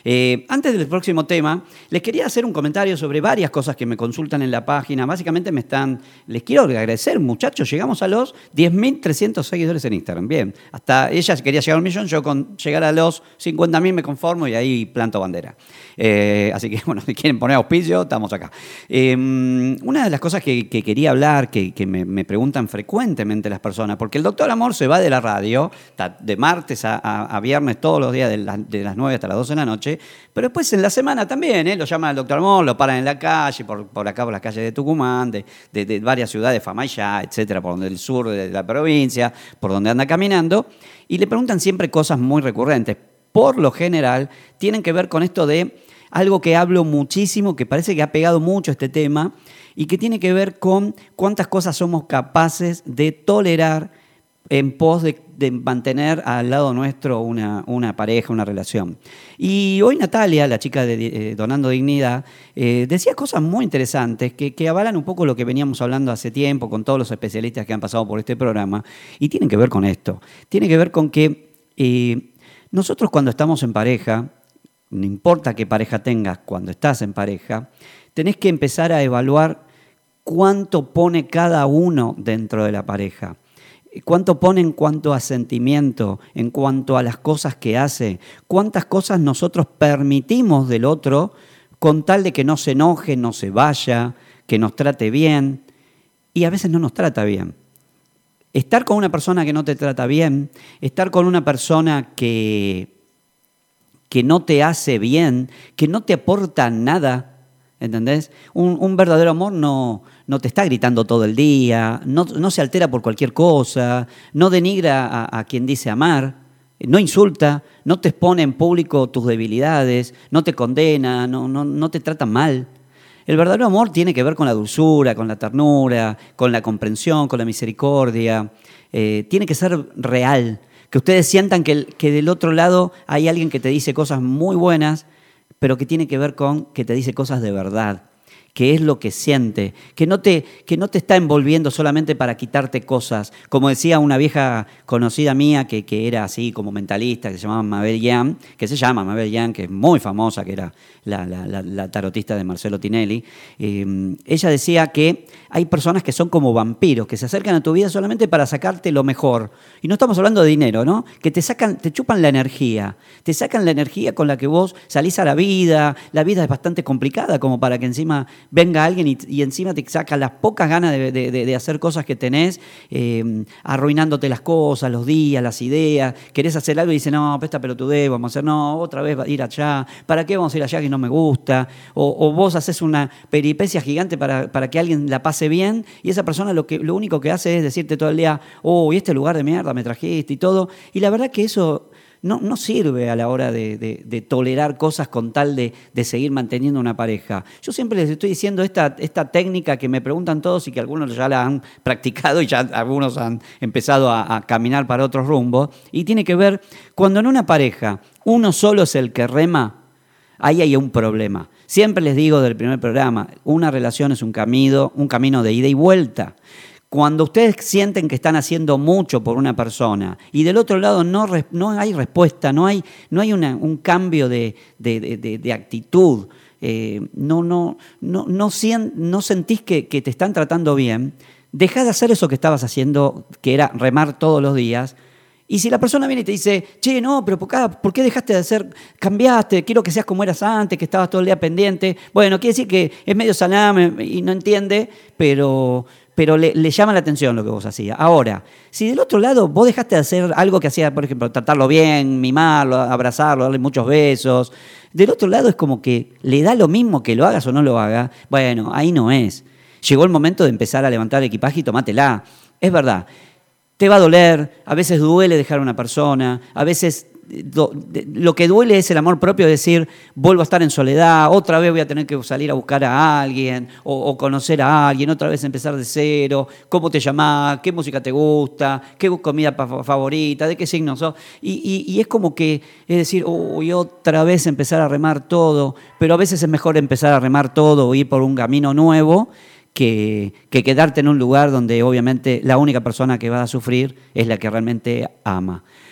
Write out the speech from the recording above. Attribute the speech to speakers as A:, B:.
A: Antes del próximo tema, les quería hacer un comentario sobre varias cosas que me consultan en la página. Básicamente les quiero agradecer, muchachos, llegamos a los 10.300 seguidores en Instagram. Bien, hasta ella quería llegar a 1.000.000, yo con llegar a los 50.000 me conformo y ahí planto bandera. Así que, bueno, si quieren poner auspicio, estamos acá. Una de las cosas que quería hablar, que me preguntan frecuentemente las personas, porque el Doctor Amor se va de la radio, de martes a viernes, todos los días de las 9 hasta las 12 de la noche, pero después en la semana también, lo llaman al Doctor Amor, lo paran en la calle, por acá, por las calles de Tucumán, de varias ciudades, Famayá, etcétera, por donde el sur de la provincia, por donde anda caminando, y le preguntan siempre cosas muy recurrentes. Por lo general, tienen que ver con esto de algo que hablo muchísimo, que parece que ha pegado mucho este tema, y que tiene que ver con cuántas cosas somos capaces de tolerar en pos de mantener al lado nuestro una pareja, una relación. Y hoy Natalia, la chica de Donando Dignidad, decía cosas muy interesantes que avalan un poco lo que veníamos hablando hace tiempo con todos los especialistas que han pasado por este programa, y tienen que ver con esto. Tiene que ver con que nosotros cuando estamos en pareja, no importa qué pareja tengas, cuando estás en pareja, tenés que empezar a evaluar cuánto pone cada uno dentro de la pareja. ¿Cuánto pone en cuanto a sentimiento, en cuanto a las cosas que hace? ¿Cuántas cosas nosotros permitimos del otro con tal de que no se enoje, no se vaya, que nos trate bien? Y a veces no nos trata bien. Estar con una persona que no te trata bien, estar con una persona que no te hace bien, que no te aporta nada, ¿entendés? Un verdadero amor no te está gritando todo el día, no se altera por cualquier cosa, no denigra a quien dice amar, no insulta, no te expone en público tus debilidades, no te condena, no te trata mal. El verdadero amor tiene que ver con la dulzura, con la ternura, con la comprensión, con la misericordia. Tiene que ser real, que ustedes sientan que del otro lado hay alguien que te dice cosas muy buenas, pero que tiene que ver con que te dice cosas de verdad, que es lo que siente, que no te está envolviendo solamente para quitarte cosas. Como decía una vieja conocida mía que era así como mentalista, que se llama Mabel Yan, que es muy famosa, que era la tarotista de Marcelo Tinelli. Ella decía que hay personas que son como vampiros, que se acercan a tu vida solamente para sacarte lo mejor. Y no estamos hablando de dinero, ¿no? Que te chupan la energía, te sacan la energía con la que vos salís a la vida. La vida es bastante complicada como para que encima venga alguien y encima te saca las pocas ganas de hacer cosas que tenés, arruinándote las cosas, los días, las ideas. Querés hacer algo y dices, no, esta pelotudez, vamos a hacer, no, otra vez ir allá. ¿Para qué vamos a ir allá que no me gusta? O vos haces una peripecia gigante para que alguien la pase bien y esa persona lo único que hace es decirte todo el día, y este lugar de mierda me trajiste y todo. Y la verdad que eso no sirve a la hora de tolerar cosas con tal de seguir manteniendo una pareja. Yo siempre les estoy diciendo esta técnica que me preguntan todos y que algunos ya la han practicado y ya algunos han empezado a caminar para otros rumbos. Y tiene que ver, cuando en una pareja uno solo es el que rema, ahí hay un problema. Siempre les digo del primer programa, una relación es un camino de ida y vuelta. Cuando ustedes sienten que están haciendo mucho por una persona y del otro lado no hay respuesta, no hay un cambio de actitud, no sentís que te están tratando bien, dejá de hacer eso que estabas haciendo, que era remar todos los días. Y si la persona viene y te dice, che, no, pero ¿por qué dejaste de hacer? Cambiaste, quiero que seas como eras antes, que estabas todo el día pendiente. Bueno, quiere decir que es medio salame y no entiende, pero le llama la atención lo que vos hacías. Ahora, si del otro lado vos dejaste de hacer algo que hacía, por ejemplo, tratarlo bien, mimarlo, abrazarlo, darle muchos besos, del otro lado es como que le da lo mismo que lo hagas o no lo hagas. Bueno, ahí no es. Llegó el momento de empezar a levantar el equipaje y tomátela. Es verdad. Te va a doler, a veces duele dejar a una persona, a veces lo que duele es el amor propio, de decir, vuelvo a estar en soledad, otra vez voy a tener que salir a buscar a alguien o conocer a alguien, otra vez empezar de cero, cómo te llamás, qué música te gusta, qué comida favorita, de qué signo sos. Y es como que, es decir, y otra vez empezar a remar todo, pero a veces es mejor empezar a remar todo o ir por un camino nuevo, que quedarte en un lugar donde obviamente la única persona que va a sufrir es la que realmente ama.